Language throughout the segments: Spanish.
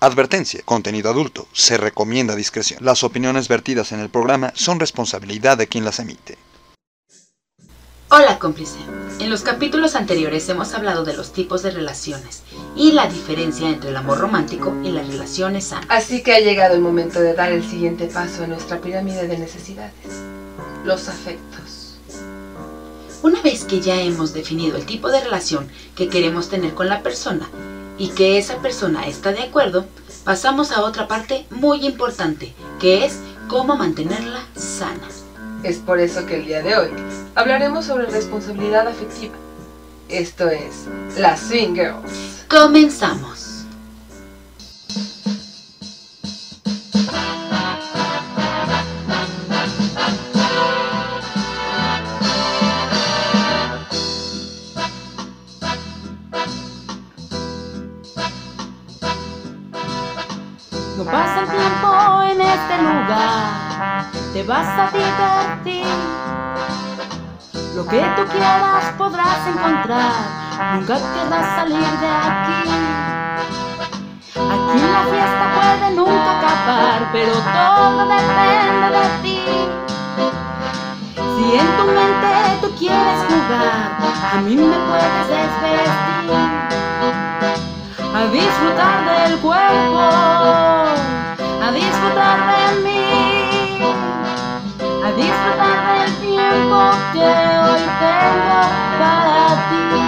Advertencia, contenido adulto, se recomienda discreción. Las opiniones vertidas en el programa son responsabilidad de quien las emite. Hola cómplice, en los capítulos anteriores hemos hablado de los tipos de relaciones y la diferencia entre el amor romántico y las relaciones sanas. Así que ha llegado el momento de dar el siguiente paso en nuestra pirámide de necesidades, los afectos. Una vez que ya hemos definido el tipo de relación que queremos tener con la persona y que esa persona está de acuerdo, pasamos a otra parte muy importante, que es cómo mantenerla sana. Es por eso que el día de hoy hablaremos sobre responsabilidad afectiva. Esto es, las Swing Girls. Comenzamos. No pasa el tiempo en este lugar, te vas a divertir. Lo que tú quieras podrás encontrar, nunca querrás salir de aquí. Aquí la fiesta puede nunca acabar, pero todo depende de ti. Si en tu mente tú quieres jugar, a mí me puedes desvestir. A disfrutar del cuerpo, a disfrutar de mí, a disfrutar del tiempo que hoy tengo para ti.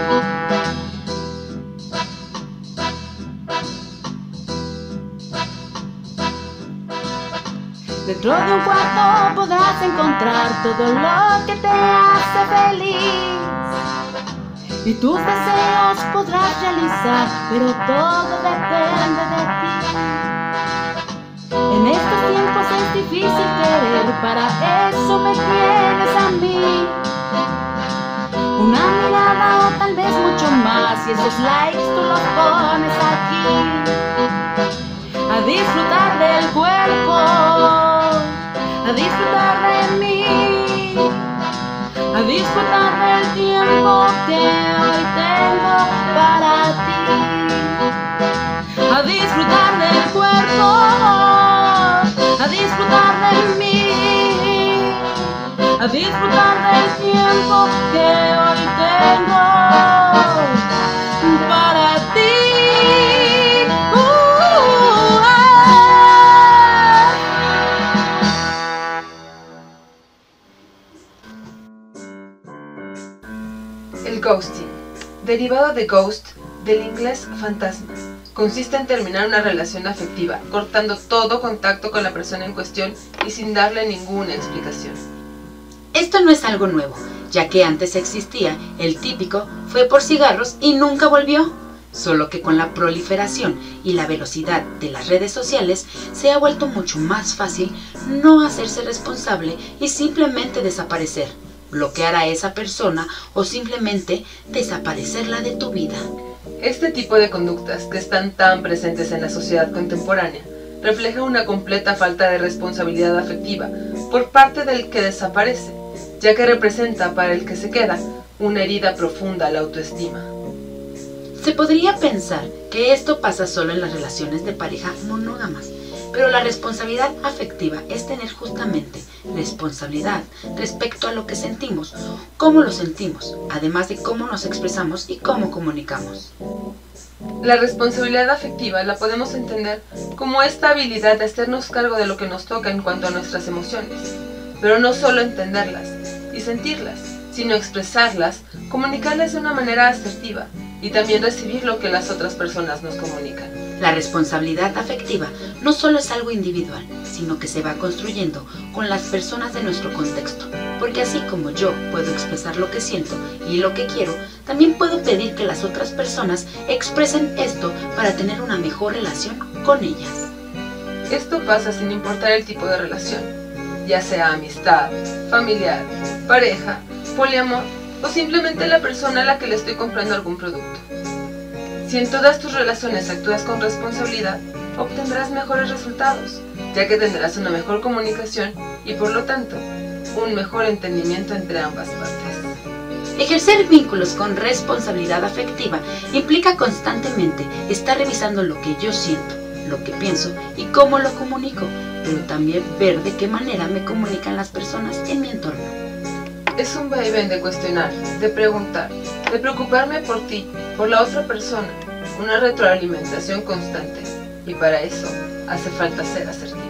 Dentro de un cuarto podrás encontrar todo lo que te hace feliz. Y tus deseos podrás realizar, pero todo depende de ti. En estos tiempos es difícil querer, para eso me tienes a mí. Una mirada o tal vez mucho más, y esos likes tú los pones aquí. A disfrutar del cuerpo, a disfrutar de mí, a disfrutar del tiempo que hoy tengo para ti. A disfrutar del cuerpo, a disfrutar de mí, a disfrutar del tiempo que hoy tengo para ti. El ghosting, derivado de ghost, del inglés fantasma, consiste en terminar una relación afectiva, cortando todo contacto con la persona en cuestión y sin darle ninguna explicación. Esto no es algo nuevo, ya que antes existía el típico fue por cigarros y nunca volvió. Solo que con la proliferación y la velocidad de las redes sociales se ha vuelto mucho más fácil no hacerse responsable y simplemente desaparecer, bloquear a esa persona o simplemente desaparecerla de tu vida. Este tipo de conductas que están tan presentes en la sociedad contemporánea refleja una completa falta de responsabilidad afectiva por parte del que desaparece, ya que representa para el que se queda una herida profunda a la autoestima. Se podría pensar que esto pasa solo en las relaciones de pareja monógamas, pero la responsabilidad afectiva es tener justamente responsabilidad respecto a lo que sentimos, cómo lo sentimos, además de cómo nos expresamos y cómo comunicamos. La responsabilidad afectiva la podemos entender como esta habilidad de hacernos cargo de lo que nos toca en cuanto a nuestras emociones, pero no solo entenderlas y sentirlas, sino expresarlas, comunicarlas de una manera asertiva y también recibir lo que las otras personas nos comunican. La responsabilidad afectiva no solo es algo individual, sino que se va construyendo con las personas de nuestro contexto, porque así como yo puedo expresar lo que siento y lo que quiero, también puedo pedir que las otras personas expresen esto para tener una mejor relación con ellas. Esto pasa sin importar el tipo de relación, ya sea amistad, familiar, pareja, poliamor o simplemente la persona a la que le estoy comprando algún producto. Si en todas tus relaciones actúas con responsabilidad, obtendrás mejores resultados, ya que tendrás una mejor comunicación y por lo tanto, un mejor entendimiento entre ambas partes. Ejercer vínculos con responsabilidad afectiva implica constantemente estar revisando lo que yo siento, lo que pienso y cómo lo comunico, pero también ver de qué manera me comunican las personas en mi entorno. Es un vaivén de cuestionar, de preguntar, de preocuparme por ti, por la otra persona, una retroalimentación constante, y para eso hace falta ser asertivo.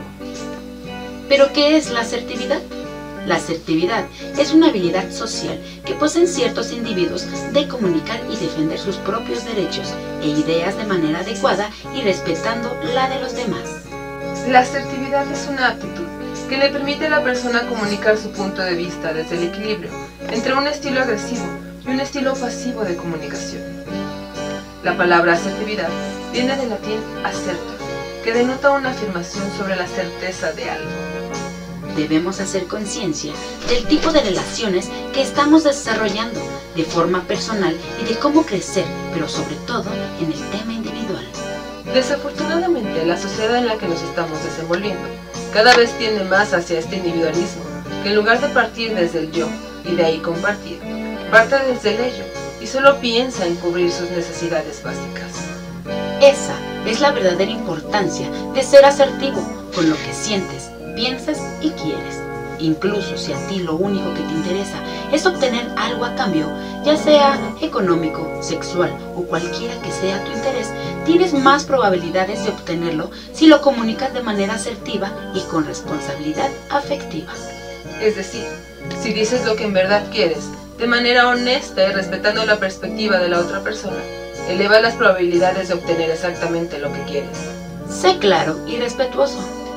¿Pero qué es la asertividad? La asertividad es una habilidad social que poseen ciertos individuos de comunicar y defender sus propios derechos e ideas de manera adecuada y respetando la de los demás. La asertividad es una aptitud que le permite a la persona comunicar su punto de vista desde el equilibrio entre un estilo agresivo y un estilo pasivo de comunicación. La palabra asertividad viene del latín assertus, que denota una afirmación sobre la certeza de algo. Debemos hacer conciencia del tipo de relaciones que estamos desarrollando de forma personal y de cómo crecer, pero sobre todo en el tema individual. Desafortunadamente, la sociedad en la que nos estamos desenvolviendo cada vez tiende más hacia este individualismo, que en lugar de partir desde el yo y de ahí compartir, parte desde el ello y solo piensa en cubrir sus necesidades básicas. Esa es la verdadera importancia de ser asertivo con lo que sientes, piensas y quieres. Incluso si a ti lo único que te interesa es obtener algo a cambio, ya sea económico, sexual o cualquiera que sea tu interés, tienes más probabilidades de obtenerlo si lo comunicas de manera asertiva y con responsabilidad afectiva. Es decir, si dices lo que en verdad quieres, de manera honesta y respetando la perspectiva de la otra persona, eleva las probabilidades de obtener exactamente lo que quieres. Sé claro y respetuoso.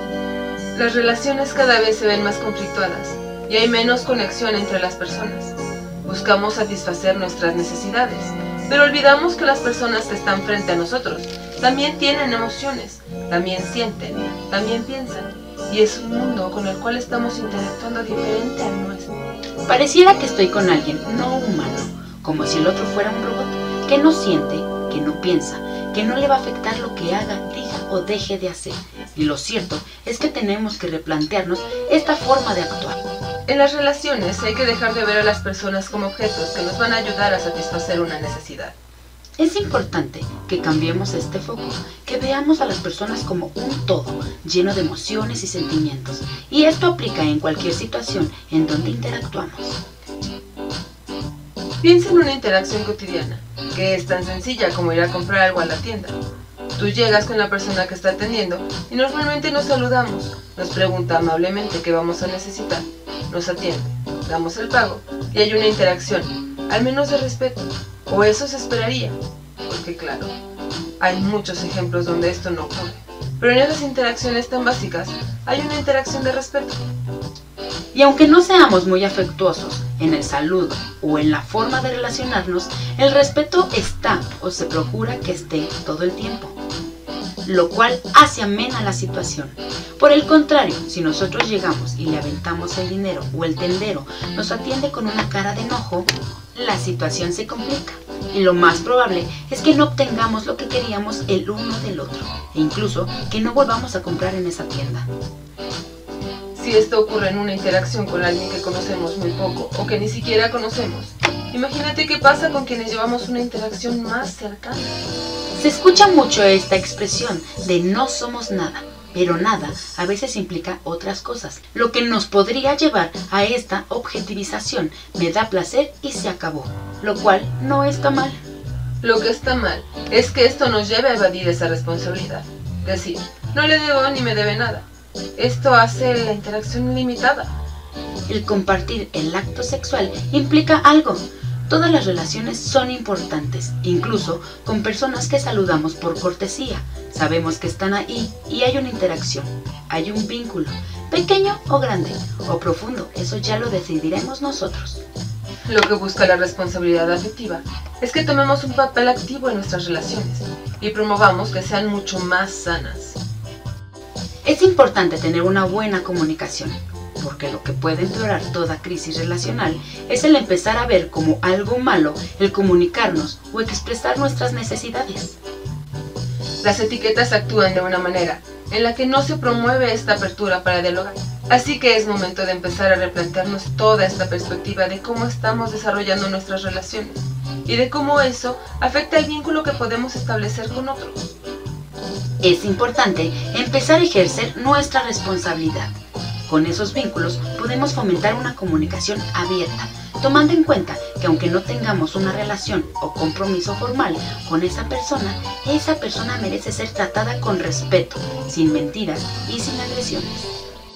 Las relaciones cada vez se ven más conflictuadas y hay menos conexión entre las personas. Buscamos satisfacer nuestras necesidades, pero olvidamos que las personas que están frente a nosotros también tienen emociones, también sienten, también piensan, y es un mundo con el cual estamos interactuando diferente al nuestro. Pareciera que estoy con alguien no humano, como si el otro fuera un robot, que no siente, que no piensa, que no le va a afectar lo que haga, diga o deje de hacer. Y lo cierto es que tenemos que replantearnos esta forma de actuar. En las relaciones hay que dejar de ver a las personas como objetos que nos van a ayudar a satisfacer una necesidad. Es importante que cambiemos este foco, que veamos a las personas como un todo, lleno de emociones y sentimientos. Y esto aplica en cualquier situación en donde interactuamos. Piensa en una interacción cotidiana, que es tan sencilla como ir a comprar algo a la tienda. Tú llegas con la persona que está atendiendo y normalmente nos saludamos, nos pregunta amablemente qué vamos a necesitar, nos atiende, damos el pago y hay una interacción, al menos de respeto, o eso se esperaría, porque claro, hay muchos ejemplos donde esto no ocurre, pero en esas interacciones tan básicas hay una interacción de respeto. Y aunque no seamos muy afectuosos en el saludo o en la forma de relacionarnos, el respeto está o se procura que esté todo el tiempo, lo cual hace amena la situación. Por el contrario, si nosotros llegamos y le aventamos el dinero o el tendero nos atiende con una cara de enojo, la situación se complica y lo más probable es que no obtengamos lo que queríamos el uno del otro e incluso que no volvamos a comprar en esa tienda. Si esto ocurre en una interacción con alguien que conocemos muy poco o que ni siquiera conocemos, imagínate qué pasa con quienes llevamos una interacción más cercana. Se escucha mucho esta expresión de no somos nada, pero nada a veces implica otras cosas, lo que nos podría llevar a esta objetivización, me da placer y se acabó, lo cual no está mal. Lo que está mal es que esto nos lleve a evadir esa responsabilidad, decir, no le debo ni me debe nada. Esto hace la interacción limitada. El compartir el acto sexual implica algo. Todas las relaciones son importantes, incluso con personas que saludamos por cortesía. Sabemos que están ahí y hay una interacción, hay un vínculo, pequeño o grande, o profundo, eso ya lo decidiremos nosotros. Lo que busca la responsabilidad afectiva es que tomemos un papel activo en nuestras relaciones y promovamos que sean mucho más sanas. Es importante tener una buena comunicación, porque lo que puede empeorar toda crisis relacional es el empezar a ver como algo malo el comunicarnos o expresar nuestras necesidades. Las etiquetas actúan de una manera en la que no se promueve esta apertura para dialogar. Así que es momento de empezar a replantearnos toda esta perspectiva de cómo estamos desarrollando nuestras relaciones y de cómo eso afecta el vínculo que podemos establecer con otros. Es importante empezar a ejercer nuestra responsabilidad. Con esos vínculos podemos fomentar una comunicación abierta, tomando en cuenta que aunque no tengamos una relación o compromiso formal con esa persona merece ser tratada con respeto, sin mentiras y sin agresiones.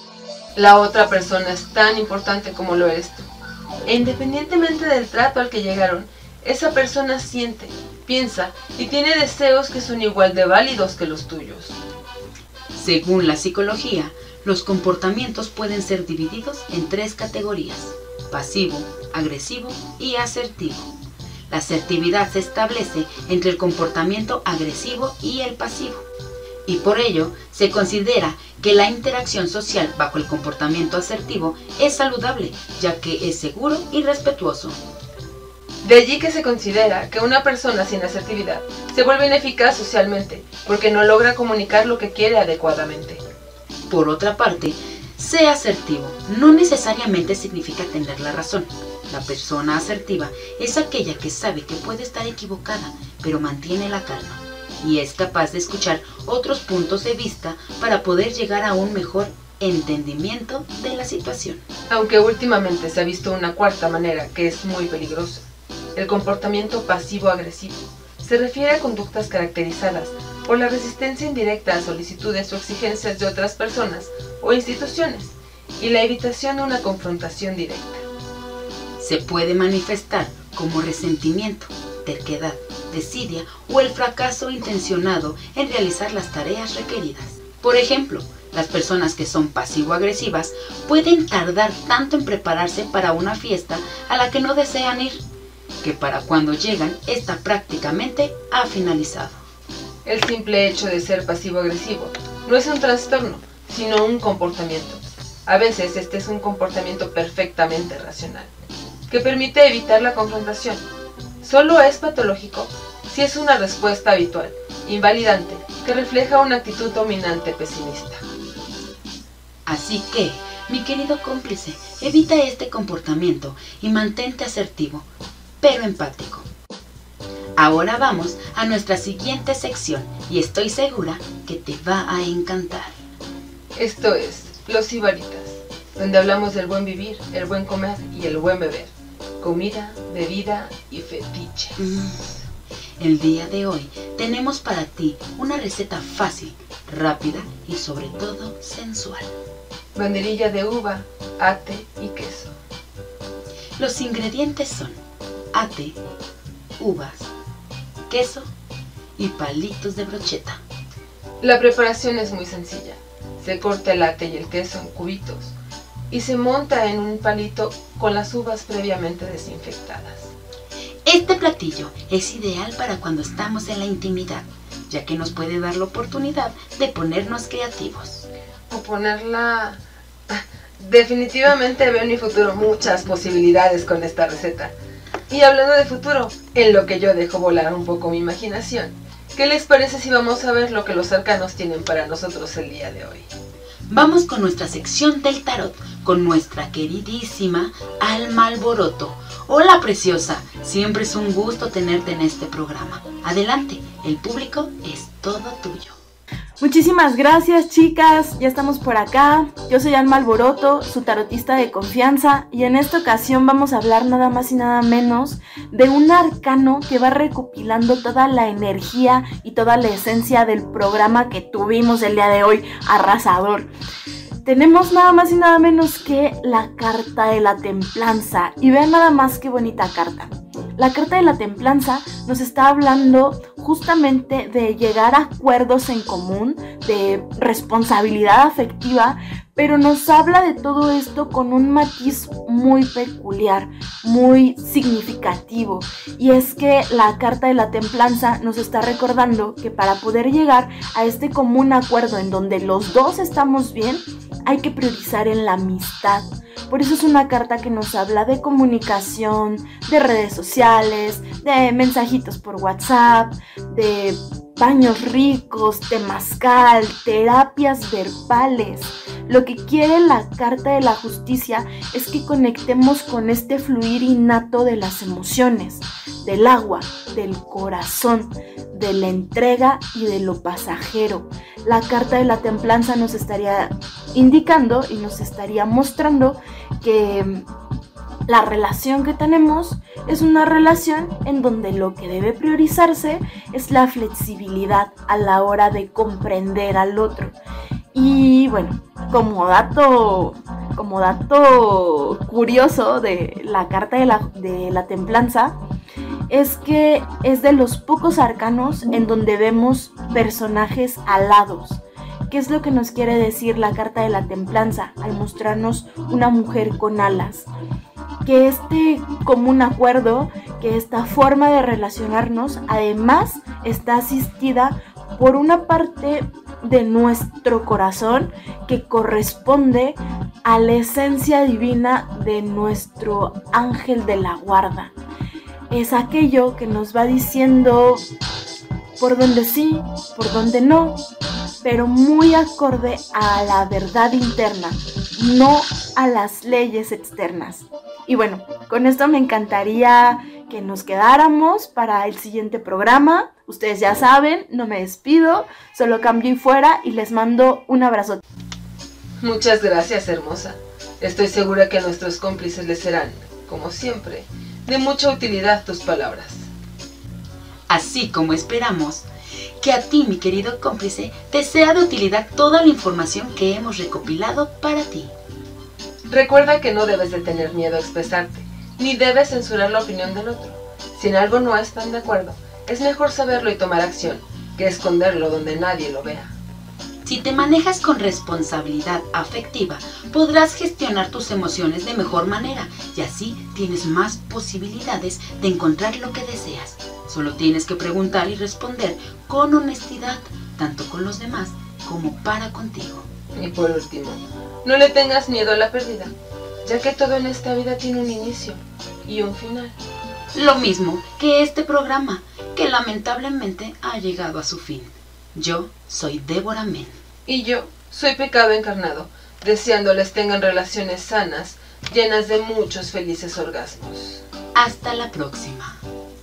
La otra persona es tan importante como lo eres tú. E independientemente del trato al que llegaron, esa persona siente, piensa y tiene deseos que son igual de válidos que los tuyos. Según la psicología, los comportamientos pueden ser divididos en 3 categorías: pasivo, agresivo y asertivo. La asertividad se establece entre el comportamiento agresivo y el pasivo, y por ello se considera que la interacción social bajo el comportamiento asertivo es saludable, ya que es seguro y respetuoso. De allí que se considera que una persona sin asertividad se vuelve ineficaz socialmente, porque no logra comunicar lo que quiere adecuadamente. Por otra parte, ser asertivo no necesariamente significa tener la razón. La persona asertiva es aquella que sabe que puede estar equivocada, pero mantiene la calma y es capaz de escuchar otros puntos de vista para poder llegar a un mejor entendimiento de la situación. Aunque últimamente se ha visto una cuarta manera que es muy peligrosa: el comportamiento pasivo-agresivo. Se refiere a conductas caracterizadas por la resistencia indirecta a solicitudes o exigencias de otras personas o instituciones y la evitación de una confrontación directa. Se puede manifestar como resentimiento, terquedad, desidia o el fracaso intencionado en realizar las tareas requeridas. Por ejemplo, las personas que son pasivo-agresivas pueden tardar tanto en prepararse para una fiesta a la que no desean ir, que para cuando llegan esta prácticamente ha finalizado. El simple hecho de ser pasivo-agresivo no es un trastorno, sino un comportamiento. A veces este es un comportamiento perfectamente racional, que permite evitar la confrontación. Solo es patológico si es una respuesta habitual, invalidante, que refleja una actitud dominante pesimista. Así que, mi querido cómplice, evita este comportamiento y mantente asertivo, pero empático. Ahora vamos a nuestra siguiente sección y estoy segura que te va a encantar. Esto es Los Sibaritas, donde hablamos del buen vivir, el buen comer y el buen beber. Comida, bebida y fetiche. El día de hoy tenemos para ti una receta fácil, rápida y sobre todo sensual. Banderilla de uva, ate y queso. Los ingredientes son ate, uvas, queso y palitos de brocheta. La preparación es muy sencilla. Se corta el ate y el queso en cubitos y se monta en un palito con las uvas previamente desinfectadas. Este platillo es ideal para cuando estamos en la intimidad, ya que nos puede dar la oportunidad de ponernos creativos. O ponerla... Definitivamente veo en mi futuro muchas posibilidades con esta receta. Y hablando de futuro, en lo que yo dejo volar un poco mi imaginación, ¿qué les parece si vamos a ver lo que los arcanos tienen para nosotros el día de hoy? Vamos con nuestra sección del tarot, con nuestra queridísima Alma Alboroto. Hola preciosa, siempre es un gusto tenerte en este programa. Adelante, el público es todo tuyo. Muchísimas gracias, chicas, ya estamos por acá. Yo soy Alma Alboroto, su tarotista de confianza, y en esta ocasión vamos a hablar nada más y nada menos de un arcano que va recopilando toda la energía y toda la esencia del programa que tuvimos el día de hoy, arrasador. Tenemos nada más y nada menos que la carta de la templanza, y vean nada más qué bonita carta. La carta de la templanza nos está hablando justamente de llegar a acuerdos en común, de responsabilidad afectiva, pero nos habla de todo esto con un matiz muy peculiar, muy significativo. Y es que la carta de la templanza nos está recordando que para poder llegar a este común acuerdo en donde los dos estamos bien, hay que priorizar en la amistad. Por eso es una carta que nos habla de comunicación, de redes sociales, de mensajitos por WhatsApp, de baños ricos, temazcal, terapias verbales. Lo que quiere la Carta de la Justicia es que conectemos con este fluir innato de las emociones, del agua, del corazón, de la entrega y de lo pasajero. La Carta de la Templanza nos estaría indicando y nos estaría mostrando que la relación que tenemos es una relación en donde lo que debe priorizarse es la flexibilidad a la hora de comprender al otro. Y bueno, como dato curioso de la Carta de la Templanza, es que es de los pocos arcanos en donde vemos personajes alados. ¿Qué es lo que nos quiere decir la Carta de la Templanza al mostrarnos una mujer con alas? Que este común acuerdo, que esta forma de relacionarnos, además está asistida por una parte de nuestro corazón que corresponde a la esencia divina de nuestro ángel de la guarda. Es aquello que nos va diciendo por donde sí, por donde no, pero muy acorde a la verdad interna, no a las leyes externas. Y bueno, con esto me encantaría que nos quedáramos para el siguiente programa. Ustedes ya saben, no me despido, solo cambio y fuera y les mando un abrazo. Muchas gracias, hermosa. Estoy segura que a nuestros cómplices les serán, como siempre, de mucha utilidad tus palabras. Así como esperamos que a ti, mi querido cómplice, te sea de utilidad toda la información que hemos recopilado para ti. Recuerda que no debes de tener miedo a expresarte, ni debes censurar la opinión del otro. Si en algo no están de acuerdo, es mejor saberlo y tomar acción, que esconderlo donde nadie lo vea. Si te manejas con responsabilidad afectiva, podrás gestionar tus emociones de mejor manera y así tienes más posibilidades de encontrar lo que deseas. Solo tienes que preguntar y responder con honestidad, tanto con los demás como para contigo. Y por último, no le tengas miedo a la pérdida, ya que todo en esta vida tiene un inicio y un final. Lo mismo que este programa, que lamentablemente ha llegado a su fin. Yo soy Débora Men. Y yo soy Pecado Encarnado, deseándoles tengan relaciones sanas, llenas de muchos felices orgasmos. Hasta la próxima.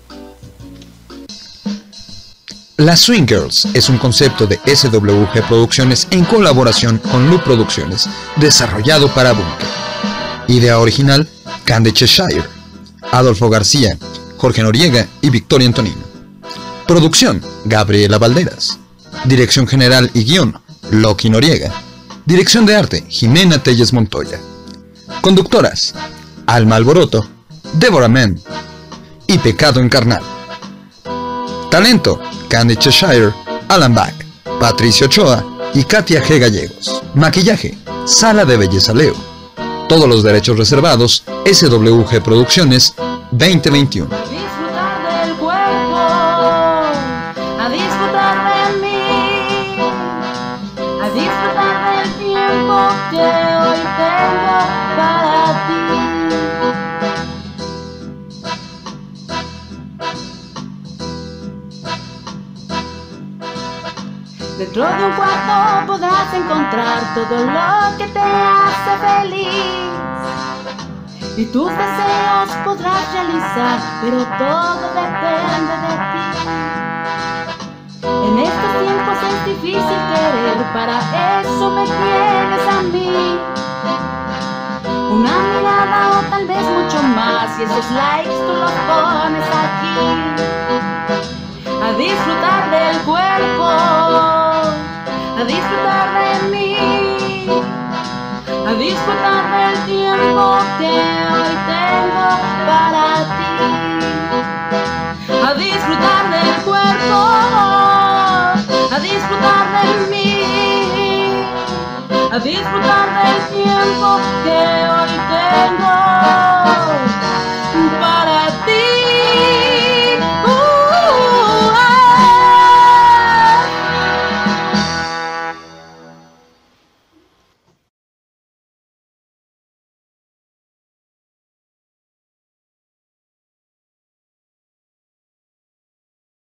Las Swing Girls es un concepto de SWG Producciones en colaboración con Loop Producciones, desarrollado para Bunker. Idea original, Candy Cheshire, Adolfo García, Jorge Noriega y Victoria Antonino. Producción, Gabriela Valderas. Dirección general y guión, Loki Noriega. Dirección de arte, Jimena Telles Montoya. Conductoras, Alma Alboroto, Débora Men y Pecado Encarnado. Talento, Candy Cheshire, Alan Bach, Patricio Ochoa y Katia G. Gallegos. Maquillaje, Sala de Belleza Leo. Todos los derechos reservados, SWG Producciones 2021. A disfrutar del cuerpo, a disfrutar de mí, a disfrutar del tiempo que hoy tengo para ti. Dentro de un cuarto podrás encontrar todo lo que te hace feliz. Y tus deseos podrás realizar, pero todo depende de ti. En estos tiempos es difícil querer, para eso me tienes a mí. Una mirada o tal vez mucho más, y esos likes tú los pones aquí. A disfrutar del cuerpo, a disfrutar de mí, a disfrutar del tiempo que hoy tengo para ti. A disfrutar del cuerpo, a disfrutar de mí, a disfrutar del tiempo que hoy tengo